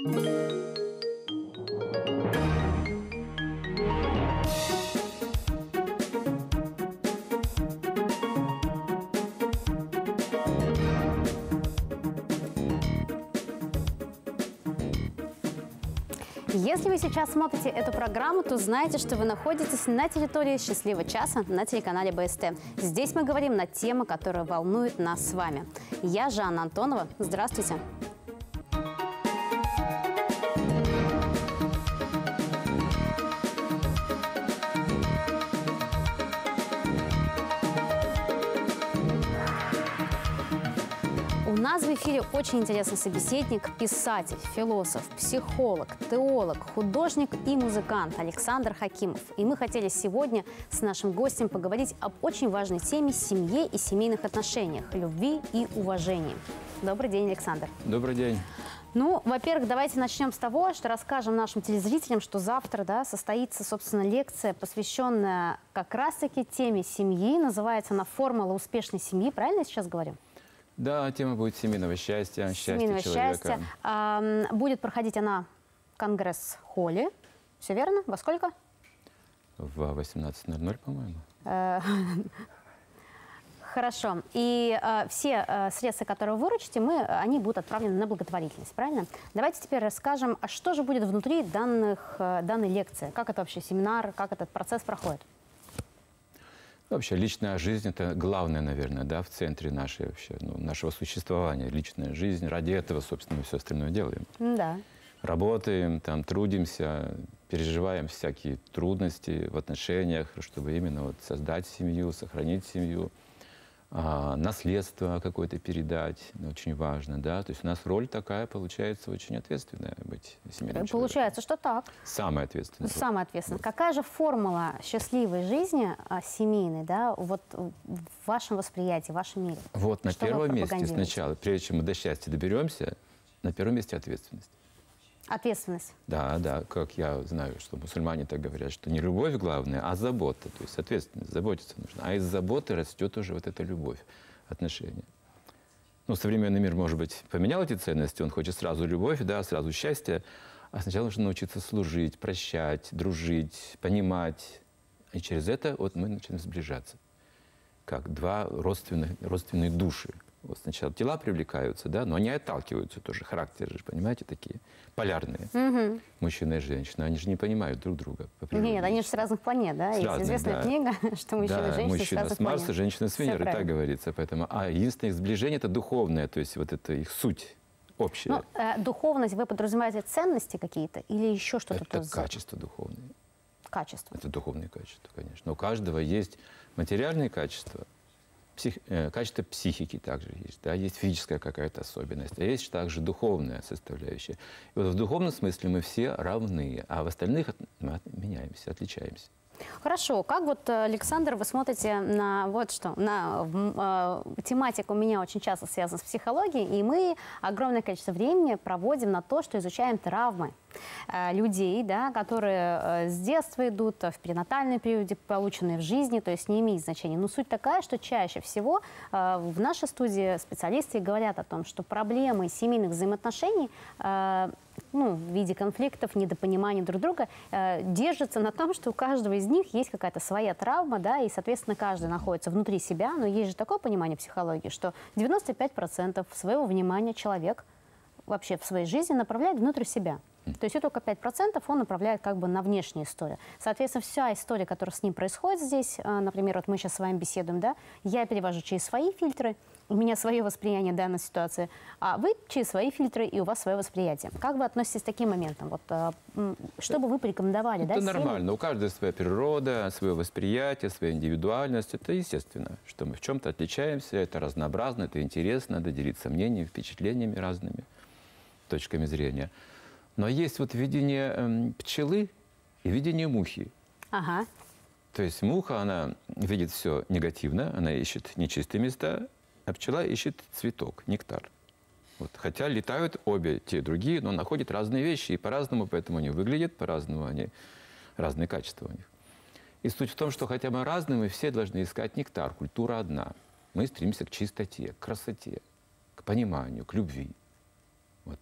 Если вы сейчас смотрите эту программу, то знаете, что вы находитесь на территории «Счастливого часа» на телеканале БСТ. Здесь мы говорим на темы, которые волнуют нас с вами. Я Жанна Антонова. Здравствуйте. У нас в эфире очень интересный собеседник, писатель, философ, психолог, теолог, художник и музыкант Александр Хакимов. И мы хотели сегодня с нашим гостем поговорить об очень важной теме семье и семейных отношениях, любви и уважении. Добрый день, Александр. Добрый день. Ну, во-первых, давайте начнем с того, что расскажем нашим телезрителям, что завтра, состоится, собственно, лекция, посвященная как раз-таки теме семьи. Называется она «Формула успешной семьи». Правильно я сейчас говорю? Да, тема будет семейного счастья, счастья человека. Будет проходить она в Конгресс-холле. Все верно? Во сколько? В 18:00, по-моему. Хорошо. И все средства, которые вы выручите, они будут отправлены на благотворительность, правильно? Давайте теперь расскажем, а что же будет внутри данной лекции? Как это вообще семинар, как этот процесс проходит? Вообще, личная жизнь – это главное, наверное, да, в центре нашего существования. Личная жизнь. Ради этого, собственно, мы все остальное делаем. Да. Работаем, трудимся, переживаем всякие трудности в отношениях, чтобы именно создать семью, сохранить семью, наследство какое-то передать, очень важно, да. То есть у нас роль такая, получается, очень ответственная быть семейным человеком. Получается, что так. Самая ответственная. Самая ответственная. Какая же формула счастливой жизни семейной, да, вот в вашем восприятии, в вашем мире? Вот на первом месте сначала, прежде чем мы до счастья доберемся, на первом месте ответственность. Ответственность. Да, да, как я знаю, что мусульмане так говорят, что не любовь главная, а забота. То есть ответственность, заботиться нужно. А из заботы растет уже вот эта любовь, отношения. Ну, современный мир, может быть, поменял эти ценности, он хочет сразу любовь, да, сразу счастье. А сначала нужно научиться служить, прощать, дружить, понимать. И через это вот мы начинаем сближаться. Как два родственные души. Вот сначала тела привлекаются, да, но они отталкиваются тоже. Характеры же, понимаете, такие полярные. Угу. Мужчина и женщина, они же не понимают друг друга. Нет, они же с разных планет, да? Есть известная книга, что мужчина и женщина мужчина с Марса, женщина с Венеры, так говорится. Поэтому, единственное их сближение – это духовное, то есть вот это их суть общая. Ну, духовность, вы подразумеваете ценности какие-то или еще что-то? Это качество духовное. Качество. Это духовные качества, конечно. Но у каждого есть материальные качества, качество психики также есть, да, есть физическая какая-то особенность, а есть также духовная составляющая. И вот в духовном смысле мы все равны, а в остальных мы меняемся, отличаемся. Хорошо. Как вот, Александр, вы смотрите на вот что? Тематика у меня очень часто связана с психологией, и мы огромное количество времени проводим на то, что изучаем травмы людей, да, которые с детства идут, в перинатальном периоде, полученные в жизни, то есть не имеет значения. Но суть такая, что чаще всего в нашей студии специалисты говорят о том, что проблемы семейных взаимоотношений в виде конфликтов, недопонимания друг друга, держится на том, что у каждого из них есть какая-то своя травма, да, и, соответственно, каждый находится внутри себя, но есть же такое понимание психологии, что 95% своего внимания человек вообще в своей жизни направляет внутрь себя. То есть и только 5% он направляет как бы на внешнюю историю. Соответственно, вся история, которая с ним происходит здесь, например, вот мы сейчас с вами беседуем, да, я перевожу через свои фильтры, у меня свое восприятие данной ситуации, а вы через свои фильтры, и у вас свое восприятие. Как вы относитесь к таким моментам? Вот, что бы вы порекомендовали? Это нормально. У каждого своя природа, свое восприятие, своя индивидуальность. Это естественно, что мы в чем-то отличаемся, это разнообразно, это интересно, надо делиться мнениями, впечатлениями разными, точками зрения. Но есть вот видение пчелы и видение мухи. Ага. То есть муха, она видит все негативно, она ищет нечистые места, а пчела ищет цветок, нектар. Вот. Хотя летают обе те и другие, но находят разные вещи, и по-разному, поэтому они выглядят, по-разному они, разные качества у них. И суть в том, что хотя мы разные, мы все должны искать нектар, культура одна. Мы стремимся к чистоте, к красоте, к пониманию, к любви. Вот.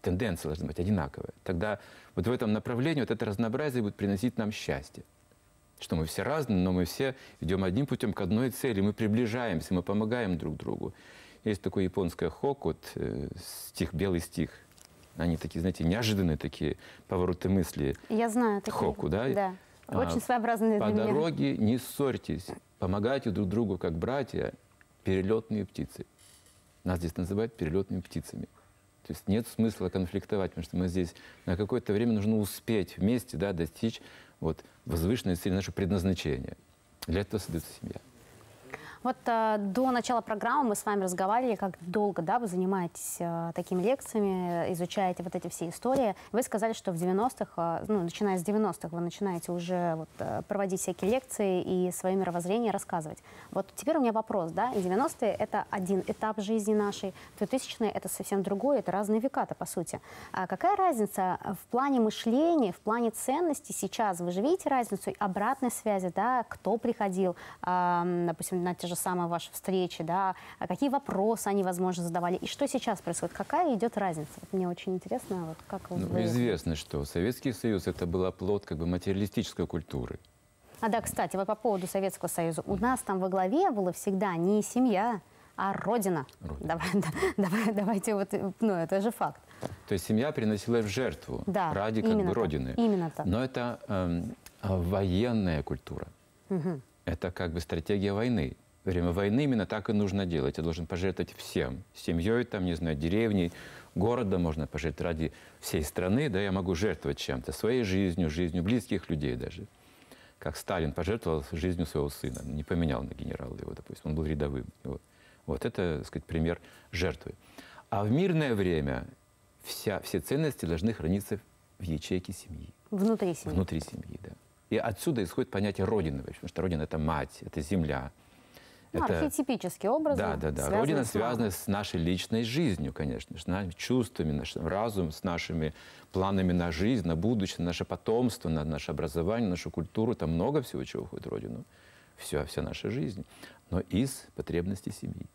тенденция должна быть одинаковая. Тогда вот в этом направлении вот это разнообразие будет приносить нам счастье. Что мы все разные, но мы все идем одним путем к одной цели. Мы приближаемся, мы помогаем друг другу. Есть такое японское хокку, стих, белый стих. Они такие, знаете, неожиданные такие повороты мысли. Я знаю такие. Хокку, да? Да. Очень своеобразные для По меня. дороге не ссорьтесь, помогайте друг другу, как братья, перелетные птицы. Нас здесь называют перелетными птицами. То есть нет смысла конфликтовать, потому что мы здесь на какое-то время нужно успеть вместе, да, достичь вот, возвышенной цели, нашего предназначения. Для этого создается семья. Вот до начала программы мы с вами разговаривали, как долго, да, вы занимаетесь такими лекциями, изучаете вот эти все истории. Вы сказали, что в 90-х, ну, начиная с 90-х, вы начинаете уже вот, проводить всякие лекции и свое мировоззрение рассказывать. Вот теперь у меня вопрос, да, 90-е – это один этап жизни нашей, 2000-е – это совсем другое, это разные века-то, по сути. А какая разница в плане мышления, в плане ценностей сейчас? Вы же видите разницу обратной связи, да, кто приходил, допустим, на те же самые ваши встречи, да, какие вопросы они, возможно, задавали, и что сейчас происходит, какая идет разница? Вот мне очень интересно, вот как вы... Ну, известно, что Советский Союз – это был оплот как бы материалистической культуры. А да, кстати, вот по поводу Советского Союза. У нас там во главе была всегда не семья, а Родина. Давайте вот, ну, это же факт. То есть семья приносила в жертву ради как бы Родины. Именно так. Но это военная культура. Это как бы стратегия войны. Во время войны именно так и нужно делать. Я должен пожертвовать всем. Семьей, там, не знаю, деревней, городом можно пожертвовать ради всей страны. Да, я могу жертвовать чем-то, своей жизнью, жизнью близких людей даже. Как Сталин пожертвовал жизнью своего сына. Не поменял на генерала его, допустим. Он был рядовым. Вот это, так сказать, пример жертвы. А в мирное время все ценности должны храниться в ячейке семьи. Внутри семьи. Внутри семьи, да. И отсюда исходит понятие Родины, потому что Родина – это мать, это земля. Ну, это архетипический образ. Да. Родина связана с нашей личной жизнью, конечно, с нашими чувствами, нашим разумом, с нашими планами на жизнь, на будущее, на наше потомство, на наше образование, нашу культуру. Там много всего, чего входит в Родину. Вся наша жизнь. Но из потребностей семьи.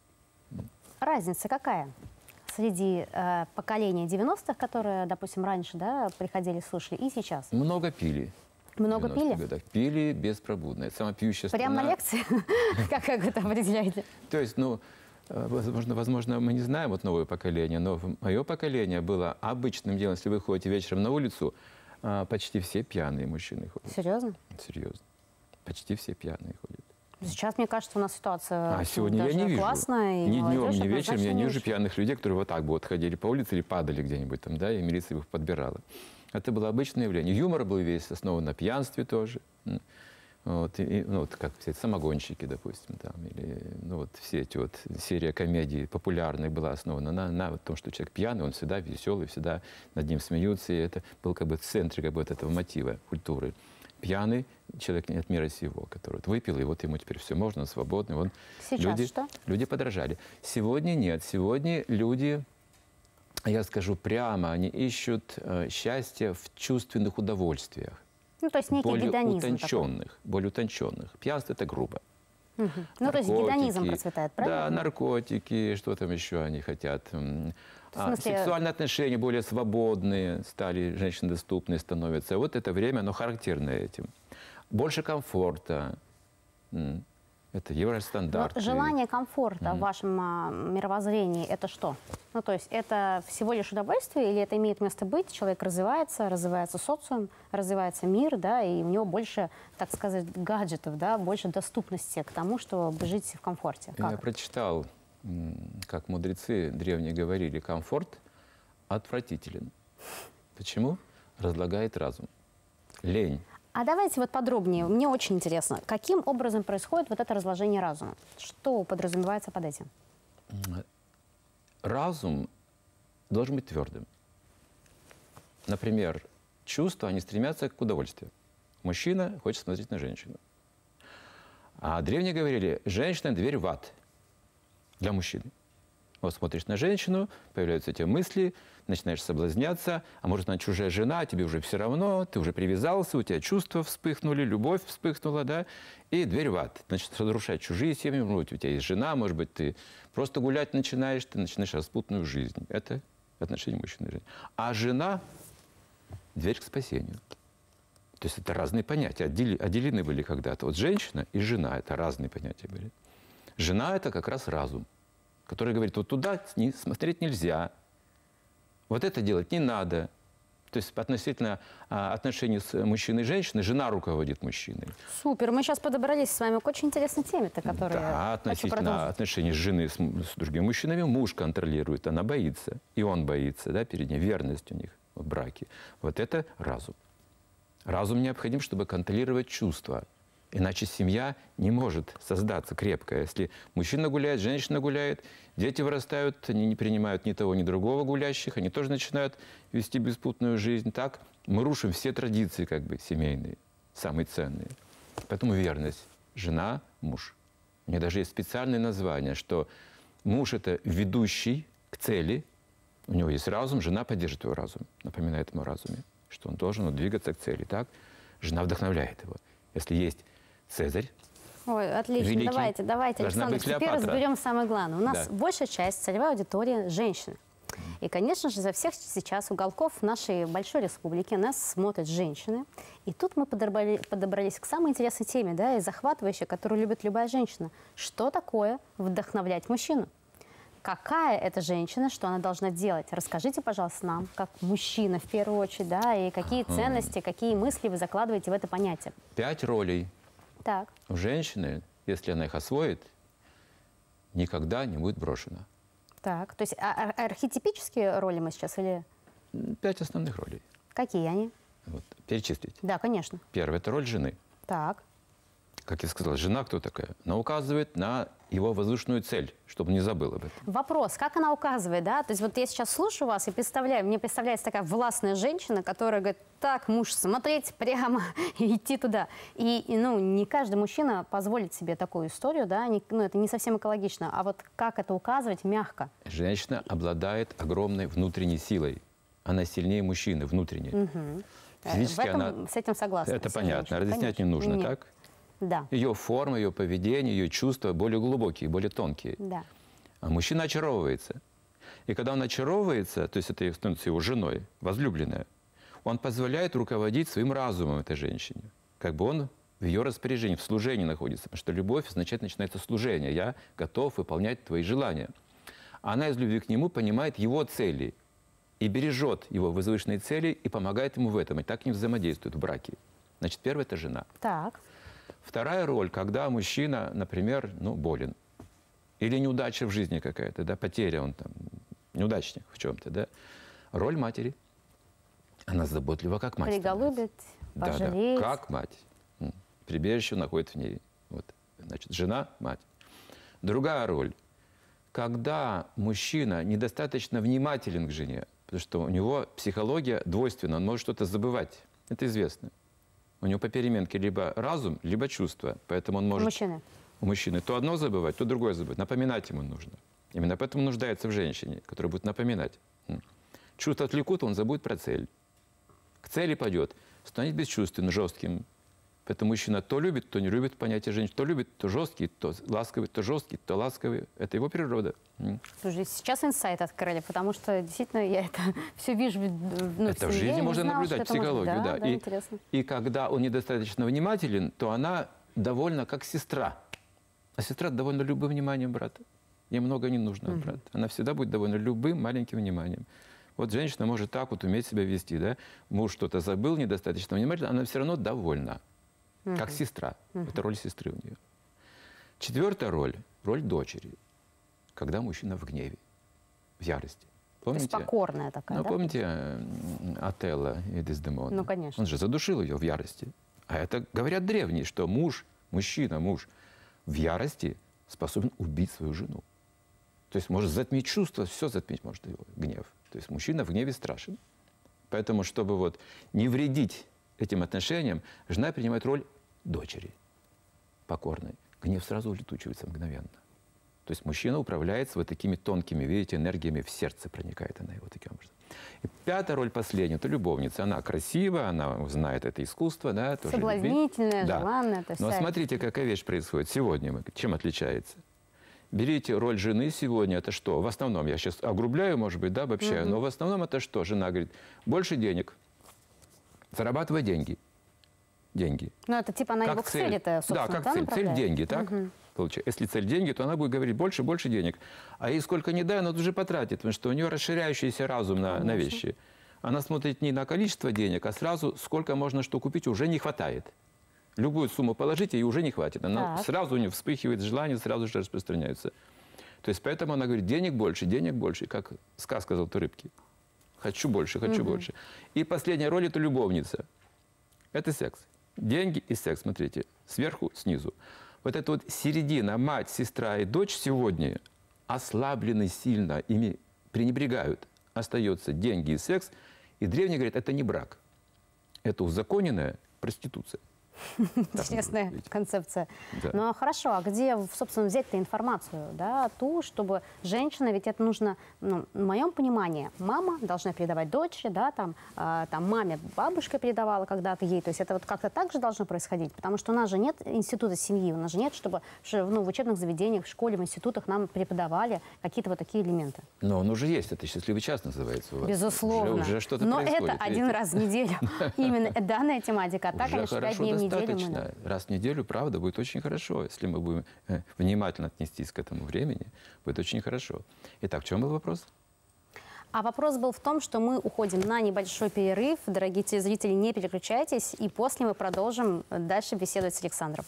Разница какая? Среди поколения 90-х, которые, допустим, раньше, да, приходили, слушали, и сейчас? Много пили. Много пили? Годах. Пили беспробудно. Это самая пьющая страна. Прямо на лекции? Как вы это определяете? То есть, ну, возможно, мы не знаем вот новое поколение, но мое поколение было обычным делом. Если вы ходите вечером на улицу, почти все пьяные мужчины ходят. Серьезно? Серьезно. Почти все пьяные ходят. Сейчас, мне кажется, у нас ситуация сегодня я не вижу. классная. Ни днем, ни вечером я не вижу пьяных людей, которые вот так бы вот ходили по улице или падали где-нибудь там, да, и милиция их подбирала. Это было обычное явление. Юмор был весь основан на пьянстве тоже. Вот, ну, вот как все самогонщики, допустим, там, или ну, вот все эти вот серия комедий популярных была основана на вот том, что человек пьяный, он всегда веселый, всегда над ним смеются, и это был как бы в центре как бы, вот этого мотива культуры. Пьяный человек не от мира сего, который вот выпил, и вот ему теперь все можно, он свободный. Он, сейчас люди подражали. Сегодня нет. Сегодня люди, я скажу прямо, они ищут счастье в чувственных удовольствиях. Ну, то есть некий гедонизм. Более утонченных. Пьянство – это грубо. Ну, то есть гедонизм процветает, правильно? Да, наркотики, что там еще они хотят. Сексуальные отношения более свободные стали, женщины доступные становятся. Вот это время, оно характерно этим. Больше комфорта. Это евростандарты. Вот желание комфорта в вашем мировоззрении – это что? Ну, то есть это всего лишь удовольствие или это имеет место быть? Человек развивается социум, развивается мир, да, и у него больше, так сказать, гаджетов, да, больше доступности к тому, чтобы жить в комфорте. Как? Я прочитал, как мудрецы древние говорили, комфорт отвратителен. Почему? Разлагает разум. Лень. А давайте вот подробнее. Мне очень интересно, каким образом происходит вот это разложение разума? Что подразумевается под этим? Разум должен быть твердым. Например, чувства, они стремятся к удовольствию. Мужчина хочет смотреть на женщину. А древние говорили, женщина – дверь в ад для мужчины. Вот смотришь на женщину, появляются эти мысли, начинаешь соблазняться, а может, она чужая жена, тебе уже все равно, ты уже привязался, у тебя чувства вспыхнули, любовь вспыхнула, да, и дверь в ад. Значит, разрушать чужие семьи, может быть, у тебя есть жена, может быть, ты просто гулять начинаешь, ты начинаешь распутную жизнь. Это отношения мужчины и женщины. А жена – дверь к спасению. То есть это разные понятия, отделены были когда-то. Вот женщина и жена – это разные понятия были. Жена – это как раз разум, который говорит, вот туда смотреть нельзя, вот это делать не надо. То есть относительно отношений с мужчиной и женщиной, жена руководит мужчиной. Супер, мы сейчас подобрались с вами к очень интересной теме-то, которая Да, относительно отношений жены с другими мужчинами муж контролирует, она боится, и он боится, да, перед ней, верность у них в браке. Вот это разум. Разум необходим, чтобы контролировать чувства. Иначе семья не может создаться крепкая. Если мужчина гуляет, женщина гуляет, дети вырастают, они не принимают ни того, ни другого гулящих, они тоже начинают вести беспутную жизнь. Так мы рушим все традиции как бы семейные, самые ценные. Поэтому верность. Жена, муж. У меня даже есть специальное название, что муж – это ведущий к цели. У него есть разум, жена поддержит его разум, напоминает ему о разуме, что он должен двигаться к цели. Так? Жена вдохновляет его. Если есть Цезарь. Ой, отлично. Великий. Давайте, Александр, теперь разберем самое главное. У нас большая часть, целевая аудитория – женщины. И, конечно же, за всех сейчас уголков нашей большой республики нас смотрят женщины. И тут мы подобрались к самой интересной теме, да, и захватывающей, которую любит любая женщина. Что такое вдохновлять мужчину? Какая это женщина, что она должна делать? Расскажите, пожалуйста, нам, как мужчина в первую очередь, да, и какие ценности, какие мысли вы закладываете в это понятие? 5 ролей. Так. У женщины, если она их освоит, никогда не будет брошена. Так, то есть архетипические роли мы сейчас или… 5 основных ролей. Какие они? Вот, перечислить. Да, конечно. Первое – это роль жены. Так. Как я сказал, жена кто такая? Она указывает на его возвышенную цель, чтобы не забыл об этом. Вопрос, как она указывает, да? То есть вот я сейчас слушаю вас и представляю, мне представляется такая властная женщина, которая говорит, так, муж, смотреть прямо и идти туда. И ну, не каждый мужчина позволит себе такую историю, да? Ну, это не совсем экологично. А вот как это указывать мягко? Женщина обладает огромной внутренней силой. Она сильнее мужчины, внутренней. Угу. С этим согласна. Это понятно, разъяснять не нужно, Нет. так? Да. Ее форма, ее поведение, ее чувства более глубокие, более тонкие. Да. А мужчина очаровывается. И когда он очаровывается, то есть это становится его женой, возлюбленная, он позволяет руководить своим разумом этой женщине. Как бы он в ее распоряжении, в служении находится. Потому что любовь означает, начинается служение. Я готов выполнять твои желания. Она из любви к нему понимает его цели и бережет его возвышенные цели и помогает ему в этом. И так не взаимодействует в браке. Значит, первое – это жена. Так. Вторая роль, когда мужчина, например, болен. Или неудача в жизни какая-то, да, потеря, он там, неудачник в чем-то, да. Роль матери. Она заботлива, как мать. Приголубит, пожалеет. Да, как мать. Прибежище находит в ней. Вот. Значит, жена, мать. Другая роль. Когда мужчина недостаточно внимателен к жене, потому что у него психология двойственна, он может что-то забывать. Это известно. У него по переменке либо разум, либо чувство. Поэтому он может… У мужчины то одно забывать, то другое забывать. Напоминать ему нужно. Именно поэтому нуждается в женщине, которая будет напоминать. Чувства отвлекут, он забудет про цель. К цели пойдет, станет бесчувственным, жестким. Поэтому мужчина то любит, то не любит понятие женщины. То любит, то жесткий, то ласковый, то жесткий, то ласковый. Это его природа. Слушай, сейчас инсайт открыли, потому что действительно я это все вижу. Это в жизни можно наблюдать, психологию. Да. Интересно. И когда он недостаточно внимателен, то она довольна как сестра. А сестра довольна любым вниманием брата. Ей много не нужно от брата. Она всегда будет довольна любым маленьким вниманием. Вот женщина может так вот уметь себя вести. Да? Муж что-то забыл, недостаточно внимательно, она все равно довольна. Как сестра. Это роль сестры у нее. Четвертая роль – роль дочери. Когда мужчина в гневе, в ярости. Помните? То есть покорная такая, да? Помните Отелло и Дездемона? Ну, конечно. Он же задушил ее в ярости. А это говорят древние, что мужчина в ярости способен убить свою жену. То есть может затмить чувства, все затмить может его гнев. То есть мужчина в гневе страшен. Поэтому, чтобы не вредить этим отношениям, жена принимает роль дочери, покорной. Гнев сразу улетучивается мгновенно. То есть мужчина управляется такими тонкими, видите, энергиями, в сердце проникает она его таким образом. И пятая роль последняя – это любовница. Она красива, она знает это искусство. Да, тоже соблазнительная, любви. желанная. Но смотрите, какая вещь происходит. Сегодня чем отличается? Берите роль жены сегодня, это что? В основном, я сейчас огрубляю, может быть, да, обобщаю, но в основном это что? Жена говорит, больше денег, зарабатывай деньги. Деньги. Ну, это типа она как его к цель. цели-то, собственно, да, как цель. Цель – деньги, так? Получается. Если цель – деньги, то она будет говорить больше, больше денег. А ей сколько не дай, она тут же потратит, потому что у нее расширяющийся разум на вещи. Она смотрит не на количество денег, а сразу, сколько можно что купить, уже не хватает. Любую сумму положите, и уже не хватит. Она сразу у нее вспыхивает желание, сразу же распространяется. То есть поэтому она говорит, денег больше, как сказка «Золотой рыбки». Хочу больше, хочу больше. И последняя роль – это любовница. Это секс. Деньги и секс, смотрите, сверху, снизу. Вот эта вот середина, мать, сестра и дочь сегодня ослаблены сильно, ими пренебрегают. Остается деньги и секс. И древние говорят, это не брак. Это узаконенная проституция. Интересная концепция. Да. Ну, а хорошо, а где, собственно, взять-то информацию, да, ту, чтобы женщина, ведь это нужно, ну, в моем понимании, мама должна передавать дочери, да, там маме бабушка передавала когда-то ей, то есть это вот как-то так же должно происходить, потому что у нас же нет института семьи, у нас же нет, чтобы ну, в учебных заведениях, в школе, в институтах нам преподавали какие-то вот такие элементы. Но он уже есть, это счастливый час называется у вас. Безусловно. Уже что-то но происходит. Это один раз в неделю, именно данная тематика, а так, конечно, 5 дней в неделю. Достаточно. Раз в неделю, правда, будет очень хорошо. Если мы будем внимательно отнестись к этому времени, будет очень хорошо. Итак, в чем был вопрос? А вопрос был в том, что мы уходим на небольшой перерыв. Дорогие телезрители, не переключайтесь. И после мы продолжим дальше беседовать с Александром.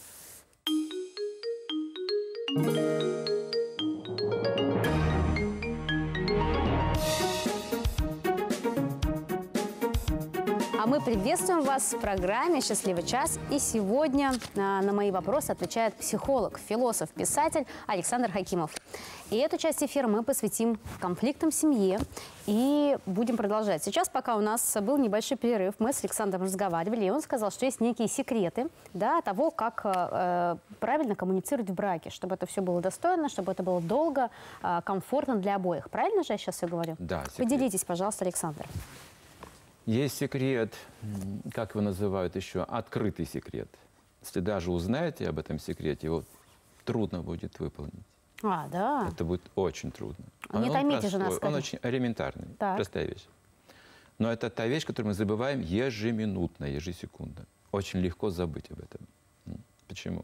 А мы приветствуем вас в программе «Счастливый час». И сегодня на мои вопросы отвечает психолог, философ, писатель Александр Хакимов. И эту часть эфира мы посвятим конфликтам в семье и будем продолжать. Сейчас, пока у нас был небольшой перерыв, мы с Александром разговаривали, и он сказал, что есть некие секреты, да, того, как правильно коммуницировать в браке, чтобы это все было достойно, чтобы это было долго, комфортно для обоих. Правильно же я сейчас все говорю? Да, секрет. Поделитесь, пожалуйста, Александр. Есть секрет, как его называют еще, открытый секрет. Если даже узнаете об этом секрете, его трудно будет выполнить. А, да? Это будет очень трудно. Не томите же нас. Он очень элементарный, простая вещь. Но это та вещь, которую мы забываем ежеминутно, ежесекундно. Очень легко забыть об этом. Почему?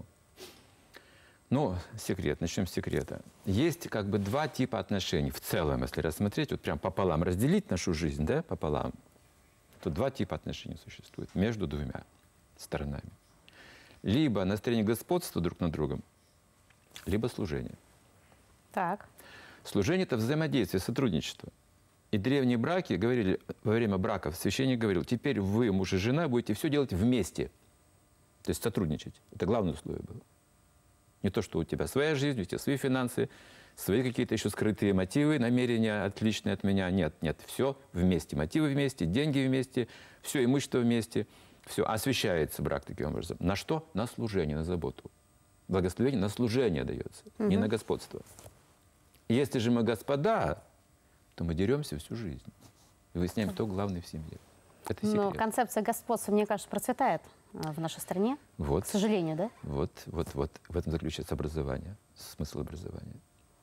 Ну, секрет, начнем с секрета. Есть как бы два типа отношений в целом, если рассмотреть, вот прям пополам разделить нашу жизнь, да, пополам. То два типа отношений существует между двумя сторонами. Либо настроение господства друг над другом, либо служение. Так. Служение – это взаимодействие, сотрудничество. И древние браки говорили, во время браков священник говорил, теперь вы, муж и жена, будете все делать вместе. То есть сотрудничать. Это главное условие было. Не то, что у тебя своя жизнь, у тебя свои финансы, свои какие-то еще скрытые мотивы, намерения отличные от меня. Нет, нет, все вместе. Мотивы вместе, деньги вместе, все имущество вместе. Все освящается брак таким образом. На что? На служение, на заботу. Благословение на служение дается, не на господство. Если же мы господа, то мы деремся всю жизнь. И выясняем, кто главный в семье. Это секрет. Но концепция господства, мне кажется, процветает в нашей стране. Вот. К сожалению, да? Вот. В этом заключается образование, смысл образования.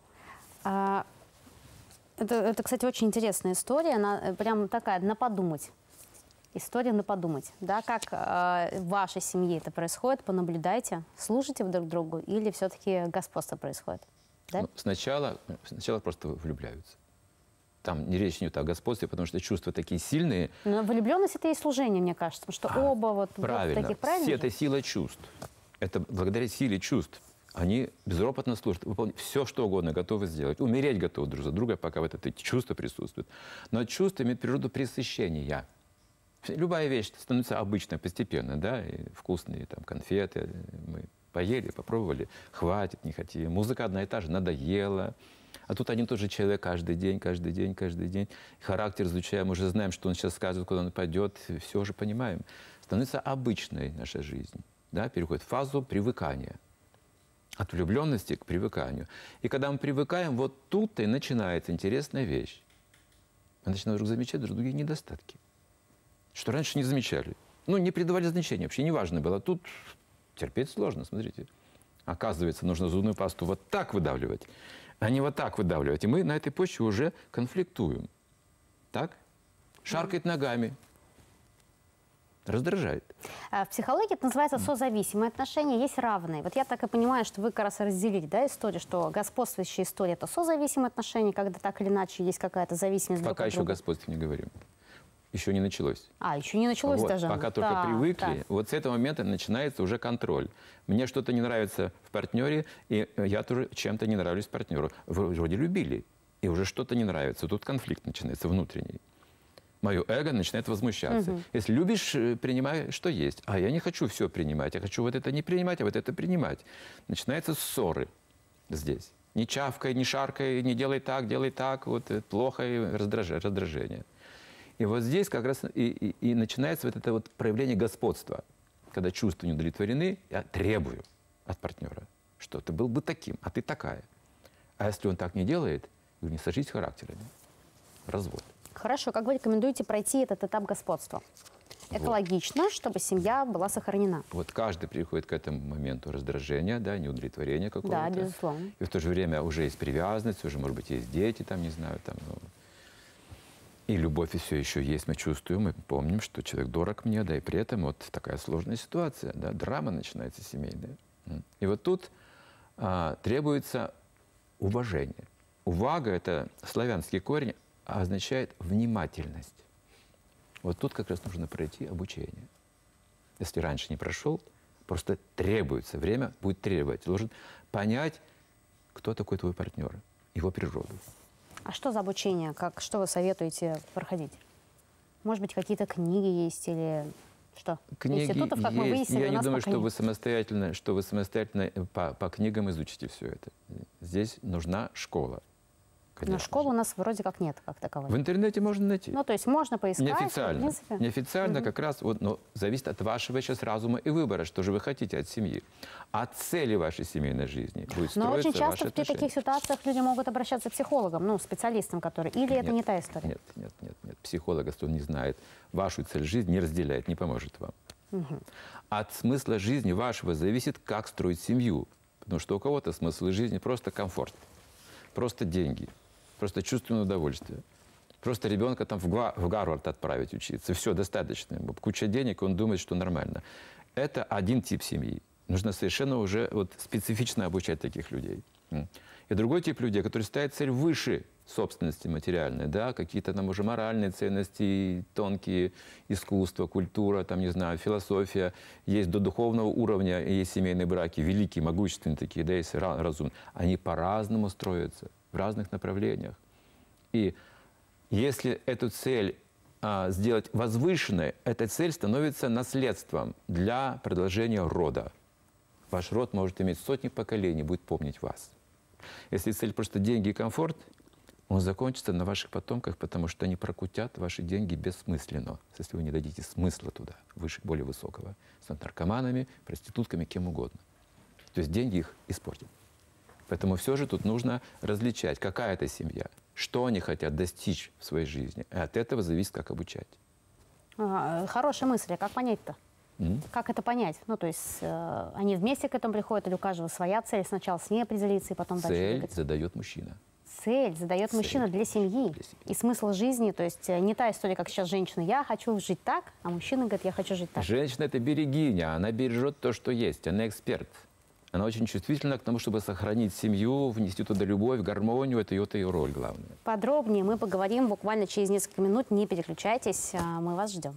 Это, кстати, очень интересная история. Она прям такая, на подумать. История на подумать. Да, как в вашей семье это происходит, понаблюдайте. Служите друг другу или все-таки господство происходит? Да? Ну, сначала просто влюбляются. Там не речь не идет о господстве, потому что чувства такие сильные. Но влюбленность – это и служение, мне кажется. Потому что оба вот таких, правильно? Это сила чувств. Это благодаря силе чувств. Они безропотно служат, выполняют все, что угодно, готовы сделать. Умереть готовы друг за друга, пока вот это чувство присутствует. Но чувство имеет природу пресыщения. Любая вещь становится обычной постепенно, да, и вкусные там конфеты мы поели, попробовали, хватит, не хотим. Музыка одна и та же, надоела. А тут один и тот же человек каждый день. Характер изучаем, уже знаем, что он сейчас скажет, куда он пойдет, все уже понимаем. Становится обычной наша жизнь, да, переходит в фазу привыкания. От влюбленности к привыканию. И когда мы привыкаем, вот тут-то и начинается интересная вещь. Мы начинаем вдруг замечать другие недостатки, что раньше не замечали. Ну, не придавали значения, вообще не важно было. Тут терпеть сложно, смотрите. Оказывается, нужно зубную пасту вот так выдавливать, а не вот так выдавливать. И мы на этой почве уже конфликтуем. Так? Шаркает ногами. Раздражает. В психологии это называется созависимые отношения, есть равные. Вот я так и понимаю, что вы как раз разделили, да, историю, что господствующая история – это созависимые отношения, когда так или иначе есть какая-то зависимость друг Пока от еще друга. господстве не говорим. Еще не началось. Еще не началось Вот, даже. пока только Так, привыкли, так. вот с этого момента начинается уже контроль. Мне что-то не нравится в партнере, и я тоже чем-то не нравлюсь партнеру. Вы вроде любили, и уже что-то не нравится. Тут конфликт начинается внутренний. Мое эго начинает возмущаться. Если любишь, принимай, что есть. А я не хочу все принимать. Я хочу вот это не принимать, а вот это принимать. Начинаются ссоры здесь. Не чавкай, не шаркай, не делай так, вот плохо, и раздражение. И вот здесь как раз и начинается вот это вот проявление господства. Когда чувства не удовлетворены, я требую от партнера, что ты был бы таким, а ты такая. А если он так не делает, говорю, не сожгись характерами. Развод. Хорошо, как вы рекомендуете пройти этот этап господства? Экологично, чтобы семья была сохранена. Вот каждый приходит к этому моменту раздражения, да, неудовлетворения какого-то. Да, безусловно. И в то же время уже есть привязанность, уже, может быть, есть дети, там, не знаю, там, ну, и любовь и все еще есть, мы чувствуем, мы помним, что человек дорог мне, да, и при этом вот такая сложная ситуация, да, драма начинается семейная. И вот тут требуется уважение. Увага – это славянский корень, означает внимательность. Вот тут как раз нужно пройти обучение. Если раньше не прошел, просто требуется, время будет требовать. Ты должен понять, кто такой твой партнер, его природу. А что за обучение? Что вы советуете проходить? Может быть, какие-то книги есть или что? Книги Институтов, как мы есть. выяснили, Я у не нас думаю, пока что нет. вы самостоятельно по книгам изучите все это. Здесь нужна школа. Но Конечно школы у же. нас вроде как нет, как таковой. В интернете можно найти. Ну, то есть можно поискать, Неофициально. в принципе. Неофициально как раз, вот, но зависит от вашего сейчас разума и выбора, что же вы хотите от семьи. От цели вашей семейной жизни будет Но строиться очень часто ваши в отношения. таких ситуациях люди могут обращаться к психологам, ну, специалистам, которые... Или это Нет, не та история? Нет. Психолог, если он не знает вашу цель жизни, не разделяет, не поможет вам. От смысла жизни вашего зависит, как строить семью. Потому что у кого-то смысл жизни просто комфорт, просто деньги, просто чувственное удовольствие. Просто ребенка там в Гарвард отправить учиться. Все, достаточно. Куча денег, он думает, что нормально. Это один тип семьи. Нужно совершенно уже вот специфично обучать таких людей. И другой тип людей, который ставит цель выше собственности материальной, да, какие-то там уже моральные ценности, тонкие искусства, культура, там, не знаю, философия, есть до духовного уровня, есть семейные браки, великие, могущественные такие, да, есть разумные. Они по-разному строятся, в разных направлениях. И если эту цель сделать возвышенной, эта цель становится наследством для продолжения рода. Ваш род может иметь сотни поколений, будет помнить вас. Если цель просто деньги и комфорт, он закончится на ваших потомках, потому что они прокутят ваши деньги бессмысленно, если вы не дадите смысла туда, выше, более высокого. С наркоманами, проститутками, кем угодно. То есть деньги их испортят. Поэтому все же тут нужно различать, какая это семья, что они хотят достичь в своей жизни. И от этого зависит, как обучать. Хорошая мысль. А как понять-то? Как это понять? Ну, то есть они вместе к этому приходят, или у каждого своя цель? Сначала с ней определиться, и потом дальше Цель двигаться? задает мужчина. Цель задает Цель. мужчина для семьи. Для семьи. И смысл жизни, то есть не та история, как сейчас женщина, я хочу жить так, а мужчина говорит, я хочу жить так. Женщина – это берегиня, она бережет то, что есть, она эксперт. Она очень чувствительна к тому, чтобы сохранить семью, внести туда любовь, гармонию, это ее роль главная. Подробнее мы поговорим буквально через несколько минут. Не переключайтесь, мы вас ждем.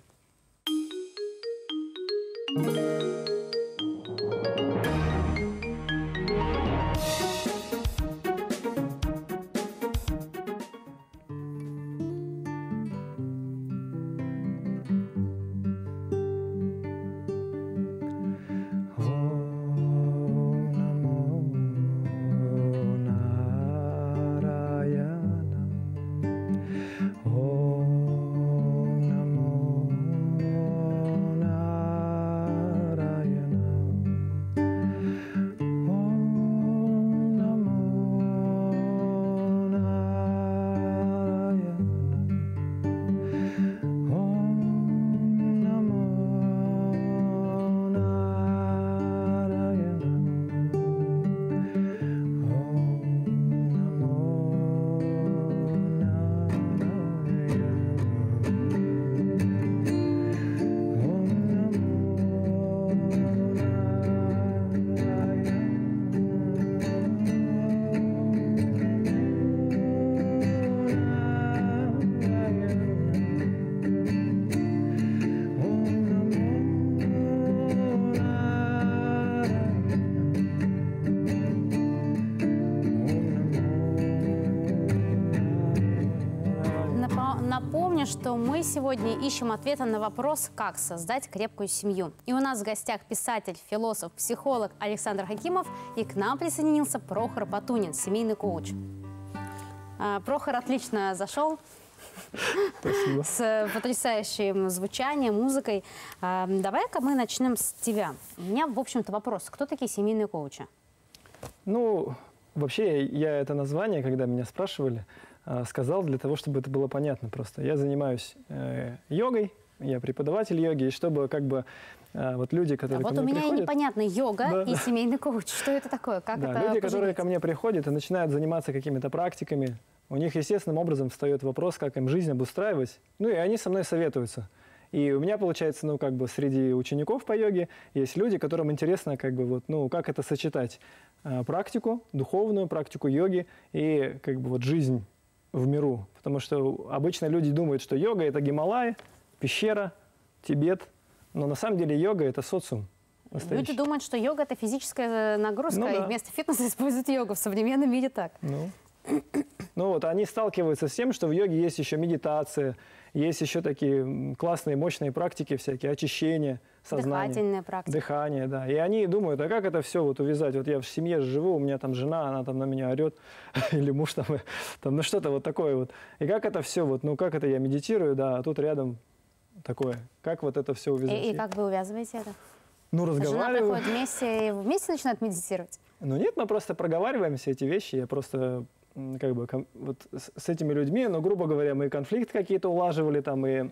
что мы сегодня ищем ответы на вопрос, как создать крепкую семью. И у нас в гостях писатель, философ, психолог Александр Хакимов, и к нам присоединился Прохор Батунин, семейный коуч. Прохор отлично зашел. Спасибо. С потрясающим звучанием, музыкой. Давай-ка мы начнем с тебя. У меня, в общем-то, вопрос. Кто такие семейные коучи? Ну, вообще, я это название, когда меня спрашивали, сказал для того, чтобы это было понятно просто. Я занимаюсь йогой, я преподаватель йоги, и чтобы как бы вот люди, которые ко вот у мне меня приходят... и непонятно йога и семейный коуч. Что это такое? Как Да, это люди, которые поженить? ко мне приходят и начинают заниматься какими-то практиками, у них естественным образом встает вопрос, как им жизнь обустраивать. Ну и они со мной советуются. И у меня, получается, ну как бы среди учеников по йоге есть люди, которым интересно, как бы вот, ну как это сочетать практику, духовную практику йоги и как бы вот жизнь в миру. Потому что обычно люди думают, что йога – это Гималай, пещера, Тибет. Но на самом деле йога – это социум. Люди думают, что йога – это физическая нагрузка, Ну да. и вместо фитнеса используют йогу. В современном мире так. Ну вот они сталкиваются с тем, что в йоге есть еще медитация, есть еще такие классные, мощные практики всякие, очищение сознания. Дыхательная практика. Дыхание, да. И они думают, а как это все вот увязать? Вот я в семье живу, у меня там жена, она там на меня орет, или муж там, ну что-то вот такое вот. И как это все, вот, ну как это я медитирую, да, а тут рядом такое. Как вот это все увязать? И как вы увязываете это? Ну, Жена разговариваю. приходит вместе, и вместе начинают медитировать? Ну нет, мы просто проговариваем все эти вещи. Я просто как бы вот с этими людьми, ну, грубо говоря, мы конфликты какие-то улаживали там и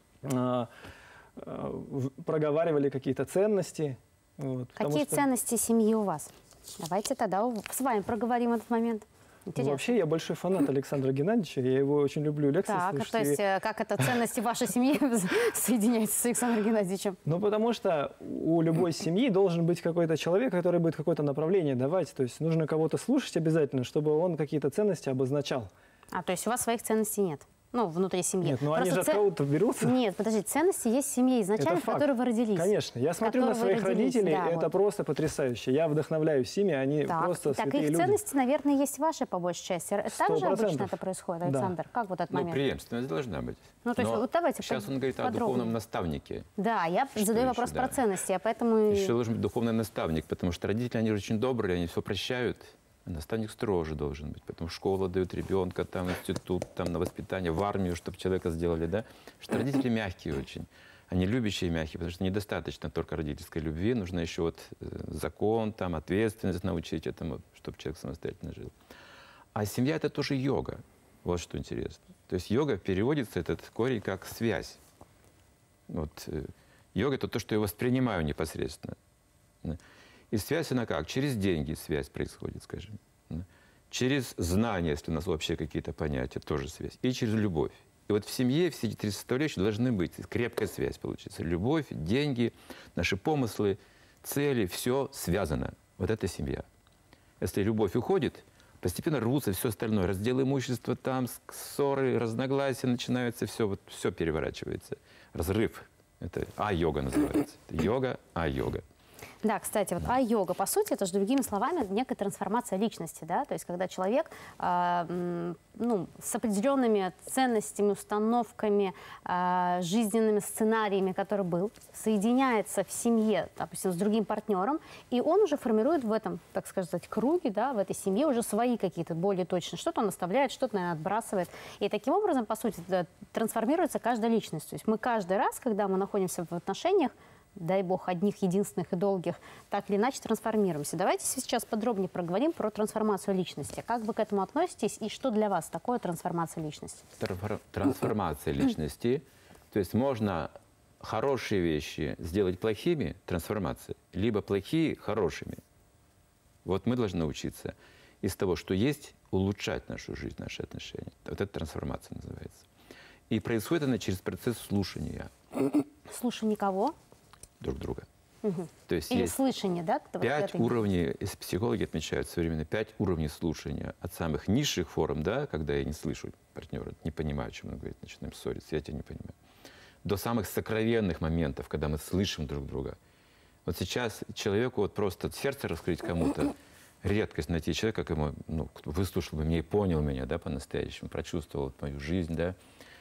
проговаривали какие-то ценности. Вот, Какие ценности семьи у вас? Давайте тогда с вами проговорим этот момент. Ну, Интересно. вообще, я большой фанат Александра Геннадьевича, я его очень люблю, лекции Так, слушать. то есть как это ценности вашей семьи соединяются с Александром Геннадьевичем? Ну, потому что у любой семьи должен быть какой-то человек, который будет какое-то направление давать. То есть нужно кого-то слушать обязательно, чтобы он какие-то ценности обозначал. То есть у вас своих ценностей нет? Ну, внутри семьи. Нет, ну они Просто же от кого-то берутся. Нет, подождите, ценности есть в семье изначально, Это в факт. которой вы родились. Конечно. Я смотрю на Которой вы своих родились, родителей, да, это вот. просто потрясающе. Я вдохновляюсь ими, они Так, просто так святые их люди. ценности, наверное, есть ваши по большей части. Так же обычно 100%. это происходит, Да. Александр? Как вот этот Ну, момент? преемственность должна быть. Ну, то есть Но вот давайте сейчас он говорит о подробнее. духовном наставнике. Да, я задаю еще, вопрос да. про ценности, а поэтому... Еще должен быть духовный наставник, потому что родители, они очень добрые, они все прощают. А наставник строже должен быть, потому что школа дает ребенка, там институт, там на воспитание, в армию, чтобы человека сделали, да. Что родители мягкие очень. Они любящие и мягкие, потому что недостаточно только родительской любви, нужно еще вот закон, там, ответственность научить этому, чтобы человек самостоятельно жил. А семья – это тоже йога. Вот что интересно. То есть йога переводится, этот корень, как связь. Вот, йога – это то, что я воспринимаю непосредственно. И связь, она как? Через деньги связь происходит, скажем. Через знания, если у нас общие какие-то понятия, тоже связь. И через любовь. И вот в семье все эти три составляющие должны быть. Крепкая связь получится. Любовь, деньги, наши помыслы, цели, все связано. Вот это семья. Если любовь уходит, постепенно рвутся все остальное. Раздел имущества, там ссоры, разногласия начинаются, все, вот, все переворачивается. Разрыв. Это а-йога называется. Это йога, а-йога. Да, кстати, вот йога, по сути, это же, другими словами, некая трансформация личности, да, то есть когда человек с определенными ценностями, установками, жизненными сценариями, который был, соединяется в семье, допустим, с другим партнером, и он уже формирует в этом, так сказать, круге, да, в этой семье уже свои какие-то более точные, что-то он оставляет, что-то, наверное, отбрасывает, и таким образом, по сути, трансформируется каждая личность, то есть мы каждый раз, когда мы находимся в отношениях, дай бог, одних, единственных и долгих, так или иначе трансформируемся. Давайте сейчас подробнее проговорим про трансформацию личности. Как вы к этому относитесь и что для вас такое трансформация личности? Трансформация личности. То есть можно хорошие вещи сделать плохими, трансформация, либо плохие хорошими. Вот мы должны научиться из того, что есть, улучшать нашу жизнь, наши отношения. Вот это трансформация называется. И происходит она через процесс слушания. Слушание кого? Друг друга. Угу. То есть Или есть слышание, да? 5 уровней, психологи отмечают современно, 5 уровней слушания. От самых низших форм, да, когда я не слышу партнера, не понимаю, о чем он говорит, начинаем ссориться, я тебя не понимаю, до самых сокровенных моментов, когда мы слышим друг друга. Вот сейчас человеку вот просто сердце раскрыть кому-то, редкость найти человека, как ему, выслушал бы меня и понял меня, да, по-настоящему, прочувствовал мою жизнь, да,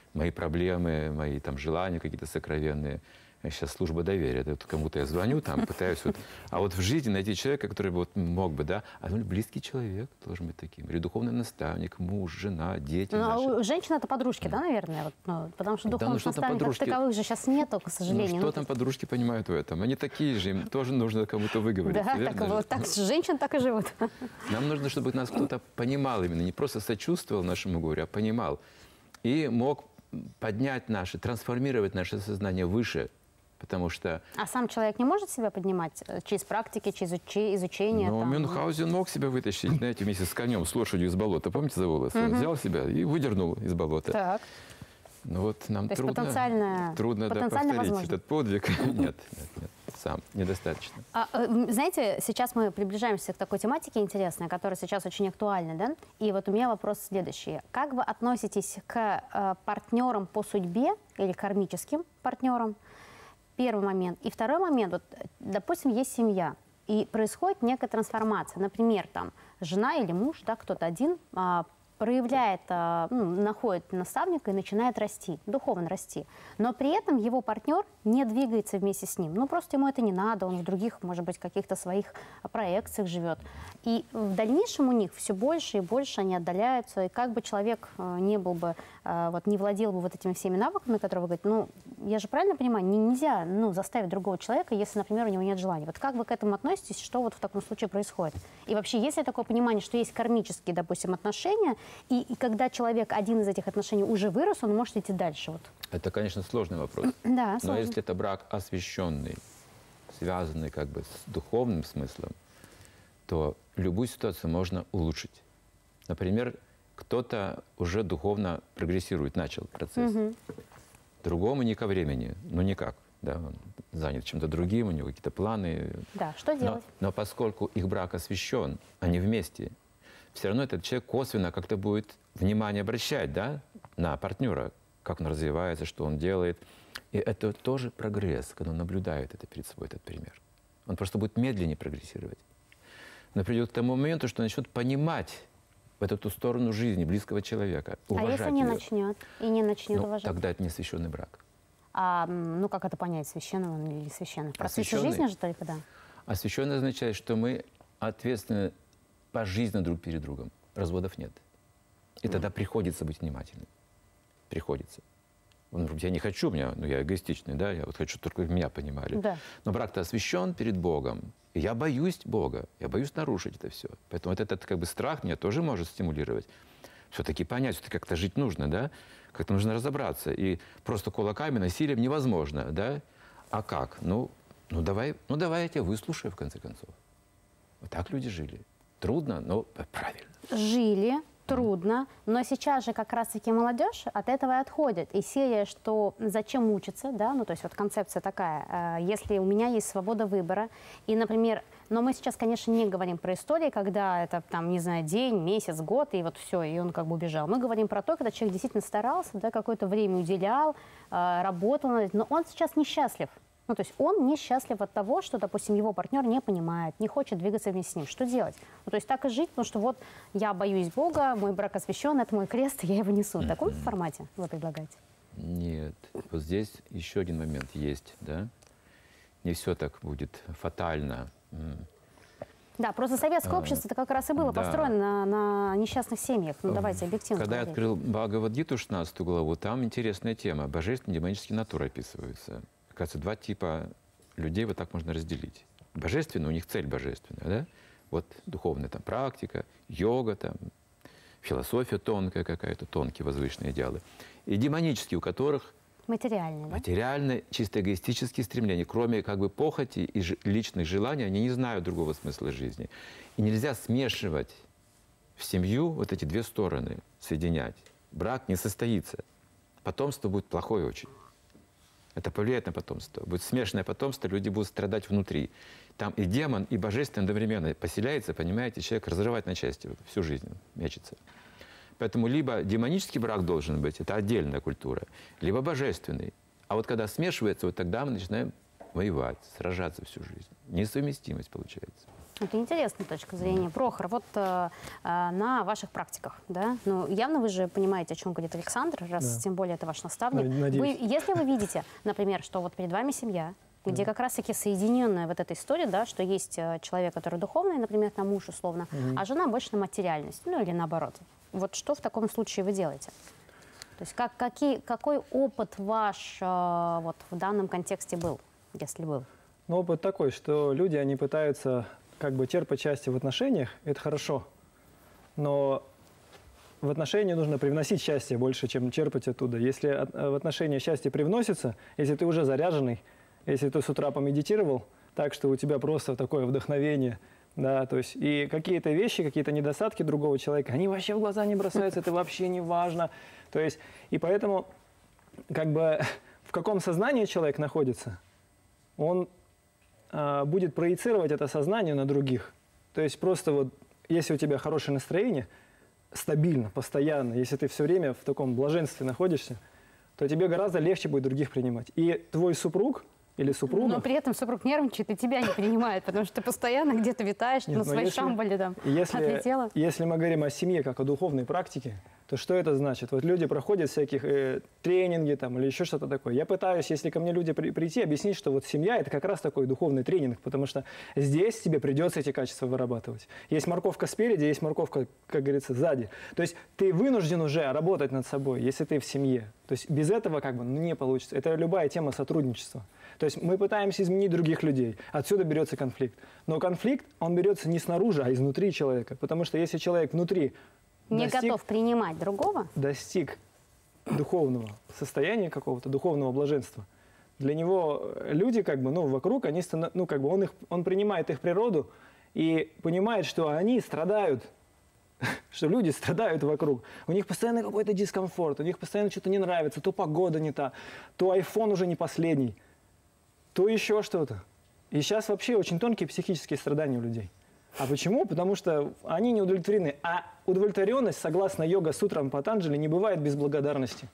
мои проблемы, мои там желания какие-то сокровенные. Сейчас служба доверия. Да, вот кому-то я звоню, там, пытаюсь вот... А вот в жизни найти человека, который вот мог бы, да, а ну, близкий человек должен быть таким. Или духовный наставник, муж, жена, дети наши. Женщины — это подружки, да, наверное? Вот, ну, потому что духовных что там наставников подружки? таковых же сейчас нету, к сожалению. Ну, что там подружки понимают в этом? Они такие же, им тоже нужно кому-то выговорить. Да, верно так, же? вот, так женщин так и живут. Нам нужно, чтобы нас кто-то понимал именно, не просто сочувствовал нашему горю, а понимал. И мог поднять наше, трансформировать наше сознание выше. Потому что... А сам человек не может себя поднимать через практики, через изучение? Но там? Мюнхгаузен мог себя вытащить, знаете, вместе с конем, с лошадью из болота. Помните за волосы? Он взял себя и выдернул из болота. Так. Ну вот нам То есть трудно потенциально повторить возможно. этот подвиг. Нет, сам недостаточно. Знаете, сейчас мы приближаемся к такой тематике интересной, которая сейчас очень актуальна, да? И вот у меня вопрос следующий. Как вы относитесь к партнерам по судьбе или кармическим партнерам? Первый момент. И второй момент, вот, допустим, есть семья, и происходит некая трансформация. Например, там, жена или муж, да, кто-то один, проявляет, находит наставника и начинает расти, духовно расти. Но при этом его партнер не двигается вместе с ним. Ну, просто ему это не надо, он в других, может быть, каких-то своих проекциях живет. И в дальнейшем у них все больше и больше они отдаляются. И как бы человек не был бы, вот, не владел бы вот этими всеми навыками, которые вы говорите, ну, я же правильно понимаю, нельзя, ну, заставить другого человека, если, например, у него нет желания. Вот как вы к этому относитесь, что вот в таком случае происходит? И вообще, есть ли такое понимание, что есть кармические, допустим, отношения, и когда человек один из этих отношений уже вырос, он может идти дальше? Вот. Это, конечно, сложный вопрос. Да, Но сложно. если это брак освященный, связанный как бы с духовным смыслом, то любую ситуацию можно улучшить. Например, кто-то уже духовно прогрессирует, начал процесс. Другому не ко времени, ну никак. Да, он занят чем-то другим, у него какие-то планы. Да, что делать? Но поскольку их брак освящен, они вместе, все равно этот человек косвенно как-то будет внимание обращать, да, на партнера, как он развивается, что он делает. И это тоже прогресс, когда он наблюдает это перед собой, этот пример. Он просто будет медленнее прогрессировать. Но придет к тому моменту, что начнет понимать в эту сторону жизни близкого человека, уважать А если не ее. начнет и не начнет уважать? Тогда это не священный брак. Ну, как это понять, священный он или священный? В процессе Освященный? жизни же только, да? Освященный означает, что мы ответственны пожизненно друг перед другом. Разводов нет. И тогда приходится быть внимательным. Приходится. Я не хочу, я эгоистичный, да, я вот хочу, только меня понимали. Да. Но брак-то освящен перед Богом. И я боюсь Бога, я боюсь нарушить это все. Поэтому вот этот как бы страх меня тоже может стимулировать. Все-таки понять, что как-то жить нужно, да? Как-то нужно разобраться. И просто кулаками, насилием невозможно, да? А как? Ну давай я тебя выслушаю, в конце концов. Вот так люди жили. Трудно, но правильно. Жили, трудно, но сейчас же как раз-таки молодежь от этого и отходит. И серия, что зачем мучиться, да, ну то есть вот концепция такая, если у меня есть свобода выбора, и, например, но мы сейчас, конечно, не говорим про истории, когда это, там, не знаю, день, месяц, год, и вот все, и он как бы убежал. Мы говорим про то, когда человек действительно старался, да, какое-то время уделял, работал, но он сейчас несчастлив. Ну, то есть он несчастлив от того, что, допустим, его партнер не понимает, не хочет двигаться вместе с ним. Что делать? Ну, то есть так и жить, потому что вот я боюсь Бога, мой брак освящен, это мой крест, я его несу. В таком формате вы предлагаете? Нет. Вот здесь еще один момент есть, да? Не все так будет фатально. Да, просто советское общество-то как раз и было да. построено на несчастных семьях. Ну, давайте объективно Когда я говорить. открыл Бхагавад-гиту, 16 главу, там интересная тема. Божественные и демонические натуры описываются. Кажется, два типа людей вот так можно разделить. Божественные, у них цель божественная, да? Вот духовная там практика, йога, там, философия тонкая какая-то, тонкие возвышенные идеалы. И демонические, у которых Материальные, да? материальные, чисто эгоистические стремления. Кроме как бы похоти и личных желаний, они не знают другого смысла жизни. И нельзя смешивать в семью вот эти две стороны, соединять. Брак не состоится. Потомство будет плохое очень. Это повлияет на потомство. Будет смешанное потомство, люди будут страдать внутри. Там и демон, и божественное одновременно поселяется, понимаете, человек разрывает на части вот, всю жизнь, мечется. Поэтому либо демонический брак должен быть, это отдельная культура, либо божественный. А вот когда смешивается, вот тогда мы начинаем воевать, сражаться всю жизнь. Несовместимость получается. Это интересная точка зрения. Прохор, вот на ваших практиках, да, ну, явно вы же понимаете, о чем говорит Александр, раз Да. тем более это ваш наставник. Надеюсь. Если вы видите, например, что вот перед вами семья, где как раз-таки соединенная вот эта история, да, что есть человек, который духовный, например, там муж условно, а жена больше на материальность, ну или наоборот. Вот что в таком случае вы делаете? То есть какой опыт ваш вот в данном контексте был, если был? Ну, опыт такой, что люди, они пытаются как бы черпать счастье в отношениях, это хорошо, но в отношения нужно привносить счастье больше, чем черпать оттуда. Если в отношения счастье привносится, если ты уже заряженный, если ты с утра помедитировал, так что у тебя просто такое вдохновение, да, то есть и какие-то вещи, какие-то недостатки другого человека, они вообще в глаза не бросаются, это вообще не важно. То есть, и поэтому, как бы, в каком сознании человек находится, он будет проецировать это сознание на других. То есть просто вот, если у тебя хорошее настроение, стабильно, постоянно, если ты все время в таком блаженстве находишься, то тебе гораздо легче будет других принимать. И твой супруг или супруга... Но при этом супруг нервничает и тебя не принимает, потому что ты постоянно где-то витаешь на своей шамбале там, отлетела. Если мы говорим о семье как о духовной практике, то что это значит? Вот люди проходят всяких тренинги там, или еще что-то такое. Я пытаюсь, если ко мне люди прийти, объяснить, что вот семья – это как раз такой духовный тренинг, потому что здесь тебе придется эти качества вырабатывать. Есть морковка спереди, есть морковка, как говорится, сзади. То есть ты вынужден уже работать над собой, если ты в семье. То есть без этого как бы не получится. Это любая тема сотрудничества. То есть мы пытаемся изменить других людей. Отсюда берется конфликт. Но конфликт, он берется не снаружи, а изнутри человека. Потому что если человек внутри не готов принимать другого, достиг духовного состояния какого-то, духовного блаженства, для него люди как бы, ну, вокруг, они, ну, как бы он принимает их природу и понимает, что они страдают, что люди страдают вокруг. У них постоянно какой-то дискомфорт, у них постоянно что-то не нравится, то погода не та, то iPhone уже не последний, то еще что-то. И сейчас вообще очень тонкие психические страдания у людей. А почему? Потому что они не удовлетворены. А удовлетворенность, согласно йога-сутрам Патанджали, не бывает без благодарности.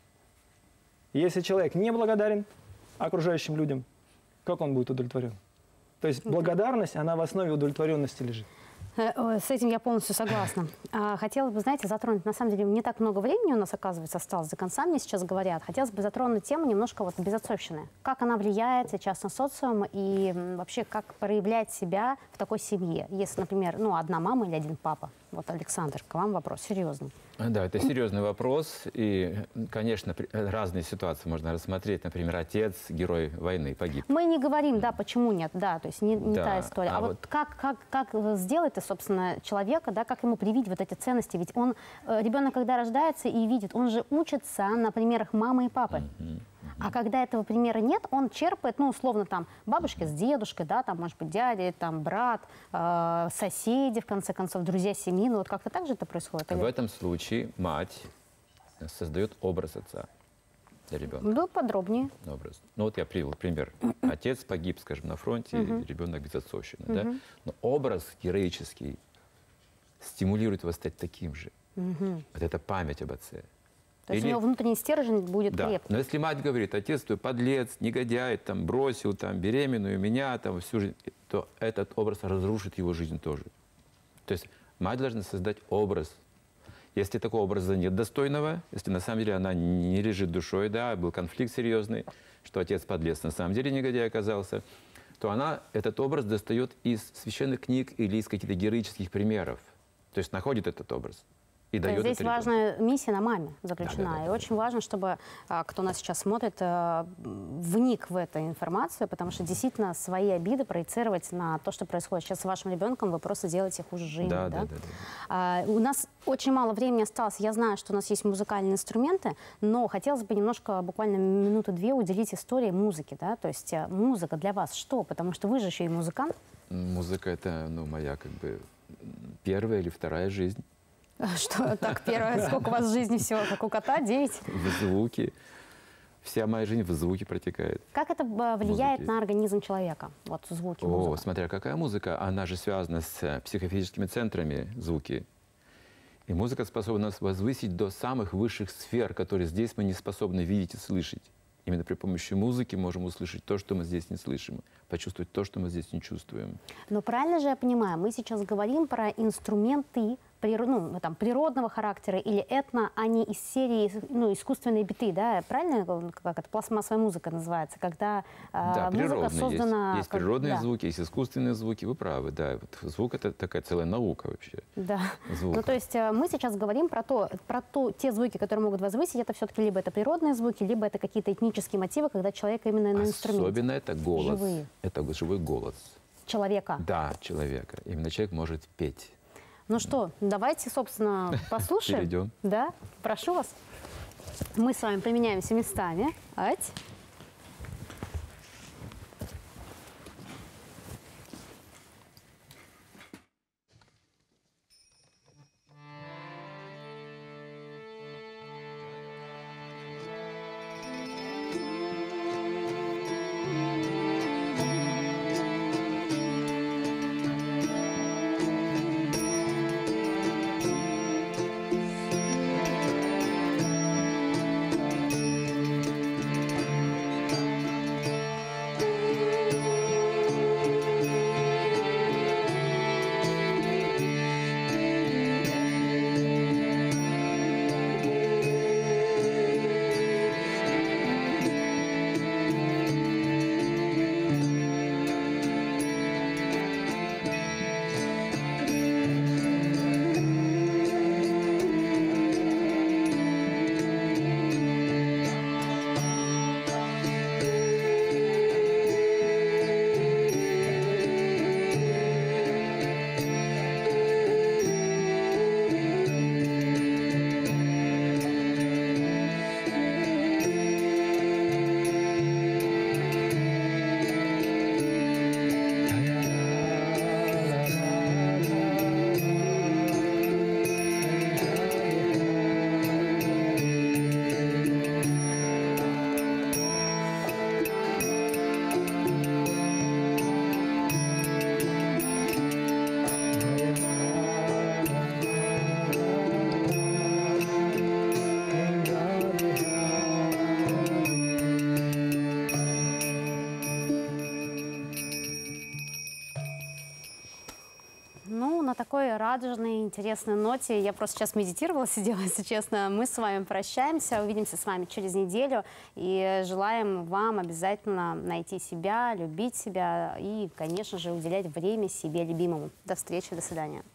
Если человек не благодарен окружающим людям, как он будет удовлетворен? То есть благодарность, она в основе удовлетворенности лежит. С этим я полностью согласна. Хотелось бы, знаете, затронуть, на самом деле, не так много времени у нас, оказывается, осталось до конца, мне сейчас говорят. Хотелось бы затронуть тему немножко вот безотцовщины. Как она влияет сейчас на социум и вообще как проявлять себя в такой семье? Если, например, ну, одна мама или один папа. Вот, Александр, к вам вопрос серьезный. Да, это серьезный вопрос. И, конечно, разные ситуации можно рассмотреть. Например, отец, герой войны, погиб. Мы не говорим, да, почему нет, да, то есть не Да, та история. А вот как сделать, собственно, человека, да, как ему привить вот эти ценности? Ведь он, ребенок, когда рождается и видит, он же учится на примерах мамы и папы. А когда этого примера нет, он черпает, ну, условно, там, бабушки с дедушкой, да, там, может быть, дядя, там, брат, соседи, в конце концов, друзья семьи. Ну, вот как-то так же это происходит? В этом случае мать создает образ отца для ребенка. Ну, подробнее. Образ. Ну, вот я привел пример. Отец погиб, скажем, на фронте, ребенок безотцовщины, да? Но образ героический стимулирует его стать таким же. Вот это память об отце. То есть у него внутренний стержень будет крепкий. Но если мать говорит, отец твой подлец, негодяй, там, бросил там, беременную меня там, всю жизнь, то этот образ разрушит его жизнь тоже. То есть мать должна создать образ. Если такого образа нет достойного, если на самом деле она не лежит душой, да, был конфликт серьезный, что отец подлец на самом деле негодяй оказался, то она этот образ достает из священных книг или из каких-то героических примеров. То есть находит этот образ. И дает здесь важная миссия на маме заключена. И очень важно, чтобы кто нас сейчас смотрит, вник в эту информацию, потому что действительно свои обиды проецировать на то, что происходит сейчас с вашим ребенком, вы просто делаете хуже жизни. У нас очень мало времени осталось. Я знаю, что у нас есть музыкальные инструменты, но хотелось бы немножко, буквально минуты-две, уделить истории музыки. Да? То есть музыка для вас что? Потому что вы же еще и музыкант. Музыка — это, ну, моя как бы первая или вторая жизнь. Что так, первое, сколько у вас в жизни всего, как у кота, 9? В звуке. Вся моя жизнь в звуке протекает. Как это влияет на организм человека, вот звуки, музыка? Смотря какая музыка, она же связана с психофизическими центрами звуки. И музыка способна нас возвысить до самых высших сфер, которые здесь мы не способны видеть и слышать. Именно при помощи музыки можем услышать то, что мы здесь не слышим, почувствовать то, что мы здесь не чувствуем. Но правильно же я понимаю, мы сейчас говорим про инструменты природного характера или этно, а не из серии искусственные биты, да? Правильно, как это пластмассовая музыка называется, когда Да, музыка создана... Есть природные звуки, есть искусственные звуки, вы правы, да. Вот звук — это такая целая наука вообще. Да. Звука. Ну, то есть мы сейчас говорим про те звуки, которые могут возвысить, это все-таки либо это природные звуки, либо это какие-то этнические мотивы, когда человек именно на инструменте. Особенно это голос. Живые. Это живой голос. Человека. Да, человека. Именно человек может петь. Ну что, давайте, собственно, послушаем. Перейдем. Да, прошу вас. Мы с вами поменяемся местами. Ать. На такой радужной, интересной ноте я просто сейчас медитировала, сидела, если честно. Мы с вами прощаемся, увидимся с вами через неделю и желаем вам обязательно найти себя, любить себя и, конечно же, уделять время себе любимому. До встречи, до свидания.